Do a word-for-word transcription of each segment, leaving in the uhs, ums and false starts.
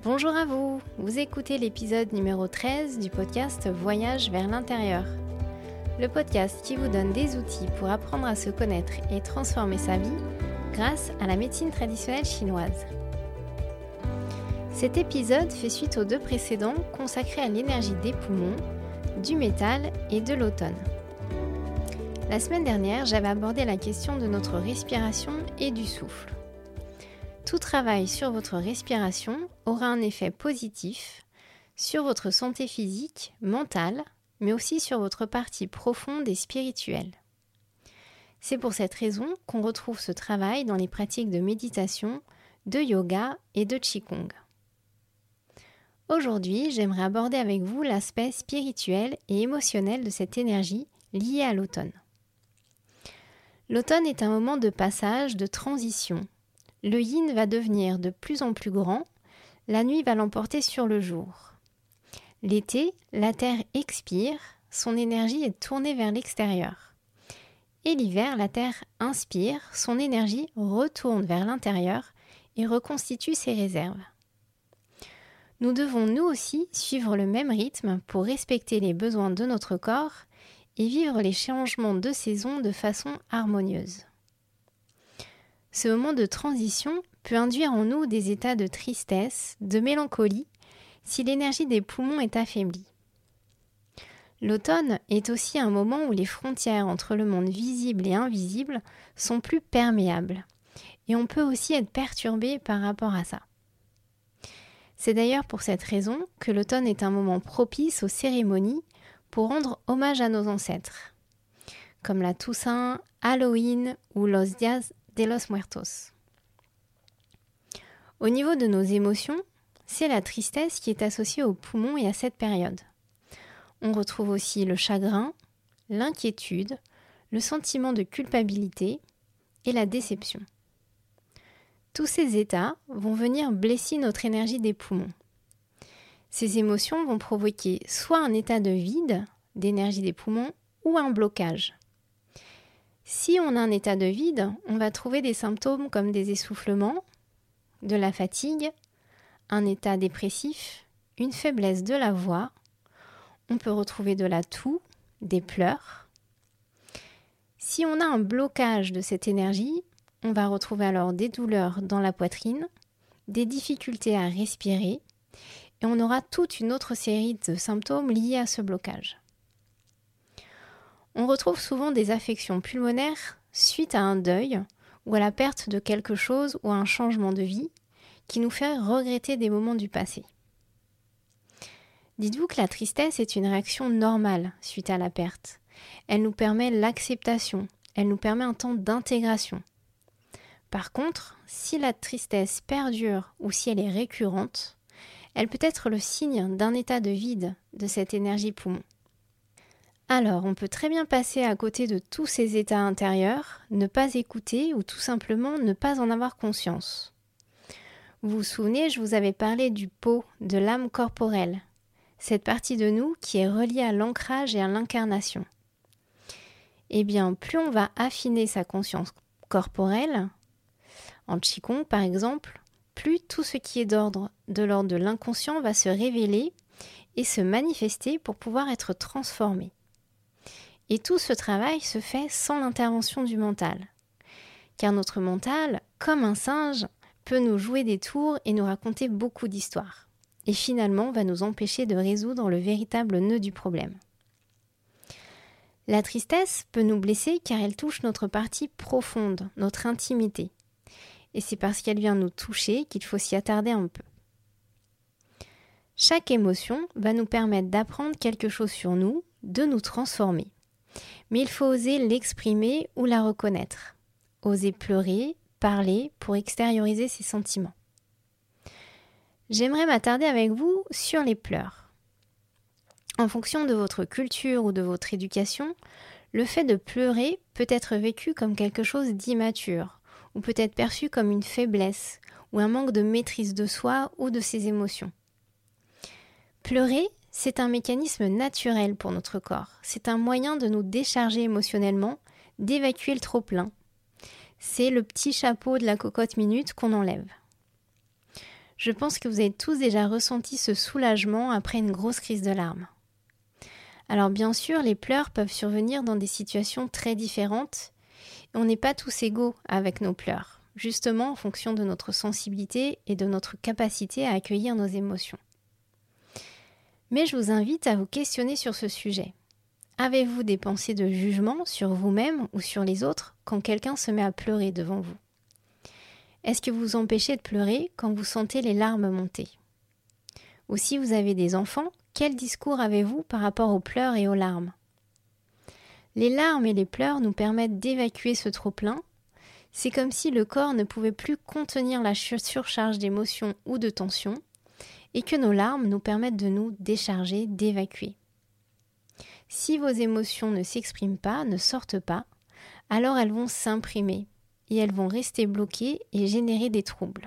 Bonjour à vous, vous écoutez l'épisode numéro treize du podcast Voyage vers l'intérieur. Le podcast qui vous donne des outils pour apprendre à se connaître et transformer sa vie grâce à la médecine traditionnelle chinoise. Cet épisode fait suite aux deux précédents consacrés à l'énergie des poumons, du métal et de l'automne. La semaine dernière, j'avais abordé la question de notre respiration et du souffle. Tout travail sur votre respiration aura un effet positif sur votre santé physique, mentale, mais aussi sur votre partie profonde et spirituelle. C'est pour cette raison qu'on retrouve ce travail dans les pratiques de méditation, de yoga et de qigong. Aujourd'hui, j'aimerais aborder avec vous l'aspect spirituel et émotionnel de cette énergie liée à l'automne. L'automne est un moment de passage, de transition. Le yin va devenir de plus en plus grand, la nuit va l'emporter sur le jour. L'été, la terre expire, son énergie est tournée vers l'extérieur. Et l'hiver, la terre inspire, son énergie retourne vers l'intérieur et reconstitue ses réserves. Nous devons nous aussi suivre le même rythme pour respecter les besoins de notre corps et vivre les changements de saison de façon harmonieuse. Ce moment de transition peut induire en nous des états de tristesse, de mélancolie, si l'énergie des poumons est affaiblie. L'automne est aussi un moment où les frontières entre le monde visible et invisible sont plus perméables, et on peut aussi être perturbé par rapport à ça. C'est d'ailleurs pour cette raison que l'automne est un moment propice aux cérémonies pour rendre hommage à nos ancêtres, comme la Toussaint, Halloween ou Los Días de los Muertos. Au niveau de nos émotions, c'est la tristesse qui est associée aux poumons et à cette période. On retrouve aussi le chagrin, l'inquiétude, le sentiment de culpabilité et la déception. Tous ces états vont venir blesser notre énergie des poumons. Ces émotions vont provoquer soit un état de vide d'énergie des poumons ou un blocage. Si on a un état de vide, on va trouver des symptômes comme des essoufflements, de la fatigue, un état dépressif, une faiblesse de la voix. On peut retrouver de la toux, des pleurs. Si on a un blocage de cette énergie, on va retrouver alors des douleurs dans la poitrine, des difficultés à respirer et on aura toute une autre série de symptômes liés à ce blocage. On retrouve souvent des affections pulmonaires suite à un deuil ou à la perte de quelque chose ou à un changement de vie qui nous fait regretter des moments du passé. Dites-vous que la tristesse est une réaction normale suite à la perte. Elle nous permet l'acceptation, elle nous permet un temps d'intégration. Par contre, si la tristesse perdure ou si elle est récurrente, elle peut être le signe d'un état de vide de cette énergie poumon. Alors, on peut très bien passer à côté de tous ces états intérieurs, ne pas écouter ou tout simplement ne pas en avoir conscience. Vous vous souvenez, je vous avais parlé du pot, de l'âme corporelle, cette partie de nous qui est reliée à l'ancrage et à l'incarnation. Eh bien, plus on va affiner sa conscience corporelle, en qigong par exemple, plus tout ce qui est d'ordre, de l'ordre de l'inconscient va se révéler et se manifester pour pouvoir être transformé. Et tout ce travail se fait sans l'intervention du mental. Car notre mental, comme un singe, peut nous jouer des tours et nous raconter beaucoup d'histoires. Et finalement, va nous empêcher de résoudre le véritable nœud du problème. La tristesse peut nous blesser car elle touche notre partie profonde, notre intimité. Et c'est parce qu'elle vient nous toucher qu'il faut s'y attarder un peu. Chaque émotion va nous permettre d'apprendre quelque chose sur nous, de nous transformer. Mais il faut oser l'exprimer ou la reconnaître. Oser pleurer, parler pour extérioriser ses sentiments. J'aimerais m'attarder avec vous sur les pleurs. En fonction de votre culture ou de votre éducation, le fait de pleurer peut être vécu comme quelque chose d'immature ou peut être perçu comme une faiblesse ou un manque de maîtrise de soi ou de ses émotions. Pleurer, c'est un mécanisme naturel pour notre corps. C'est un moyen de nous décharger émotionnellement, d'évacuer le trop-plein. C'est le petit chapeau de la cocotte minute qu'on enlève. Je pense que vous avez tous déjà ressenti ce soulagement après une grosse crise de larmes. Alors bien sûr, les pleurs peuvent survenir dans des situations très différentes. On n'est pas tous égaux avec nos pleurs, justement en fonction de notre sensibilité et de notre capacité à accueillir nos émotions. Mais je vous invite à vous questionner sur ce sujet. Avez-vous des pensées de jugement sur vous-même ou sur les autres quand quelqu'un se met à pleurer devant vous ? Est-ce que vous vous empêchez de pleurer quand vous sentez les larmes monter ? Ou si vous avez des enfants, quel discours avez-vous par rapport aux pleurs et aux larmes ? Les larmes et les pleurs nous permettent d'évacuer ce trop-plein. C'est comme si le corps ne pouvait plus contenir la surcharge d'émotions ou de tensions et que nos larmes nous permettent de nous décharger, d'évacuer. Si vos émotions ne s'expriment pas, ne sortent pas, alors elles vont s'imprimer et elles vont rester bloquées et générer des troubles.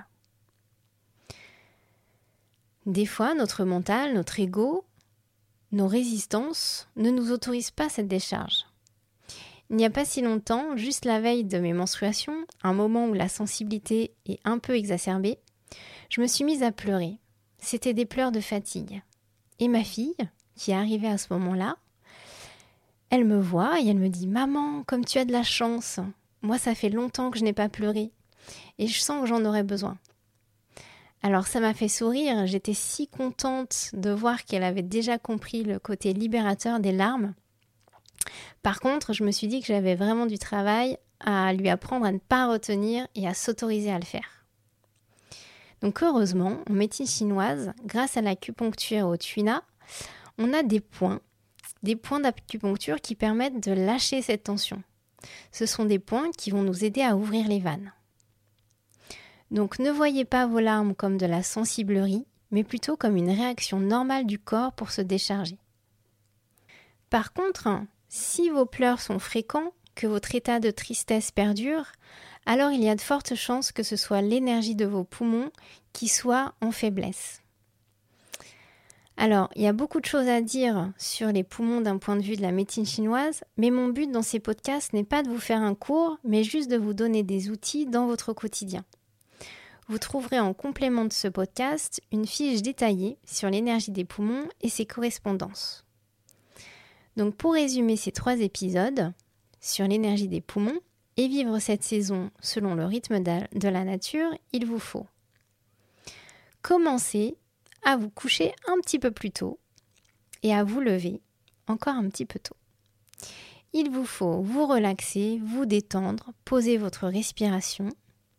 Des fois, notre mental, notre ego, nos résistances ne nous autorisent pas cette décharge. Il n'y a pas si longtemps, juste la veille de mes menstruations, un moment où la sensibilité est un peu exacerbée, je me suis mise à pleurer. C'était des pleurs de fatigue. Et ma fille, qui est arrivée à ce moment-là, elle me voit et elle me dit « Maman, comme tu as de la chance, moi ça fait longtemps que je n'ai pas pleuré et je sens que j'en aurais besoin. » Alors ça m'a fait sourire, j'étais si contente de voir qu'elle avait déjà compris le côté libérateur des larmes. Par contre, je me suis dit que j'avais vraiment du travail à lui apprendre à ne pas retenir et à s'autoriser à le faire. Donc heureusement, en médecine chinoise, grâce à l'acupuncture et au tuina, on a des points, des points d'acupuncture qui permettent de lâcher cette tension. Ce sont des points qui vont nous aider à ouvrir les vannes. Donc ne voyez pas vos larmes comme de la sensiblerie, mais plutôt comme une réaction normale du corps pour se décharger. Par contre, si vos pleurs sont fréquents, que votre état de tristesse perdure, alors il y a de fortes chances que ce soit l'énergie de vos poumons qui soit en faiblesse. Alors, il y a beaucoup de choses à dire sur les poumons d'un point de vue de la médecine chinoise, mais mon but dans ces podcasts n'est pas de vous faire un cours, mais juste de vous donner des outils dans votre quotidien. Vous trouverez en complément de ce podcast une fiche détaillée sur l'énergie des poumons et ses correspondances. Donc pour résumer ces trois épisodes sur l'énergie des poumons et vivre cette saison selon le rythme de la nature, il vous faut commencer à vous coucher un petit peu plus tôt et à vous lever encore un petit peu tôt. Il vous faut vous relaxer, vous détendre, poser votre respiration.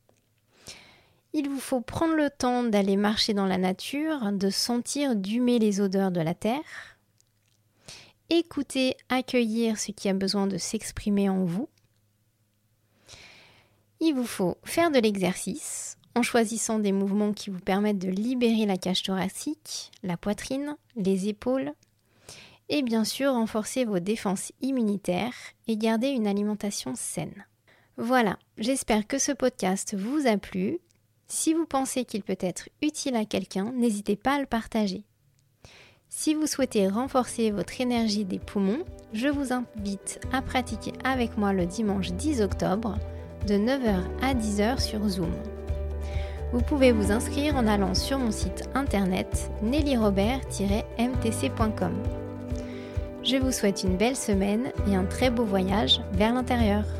Il vous faut prendre le temps d'aller marcher dans la nature, de sentir, d'humer les odeurs de la terre. Écouter, accueillir ce qui a besoin de s'exprimer en vous. Il vous faut faire de l'exercice en choisissant des mouvements qui vous permettent de libérer la cage thoracique, la poitrine, les épaules et bien sûr renforcer vos défenses immunitaires et garder une alimentation saine. Voilà, j'espère que ce podcast vous a plu. Si vous pensez qu'il peut être utile à quelqu'un, n'hésitez pas à le partager. Si vous souhaitez renforcer votre énergie des poumons, je vous invite à pratiquer avec moi le dimanche dix octobre de neuf heures à dix heures sur Zoom. Vous pouvez vous inscrire en allant sur mon site internet nelly robert tiret m t c point com. Je vous souhaite une belle semaine et un très beau voyage vers l'intérieur.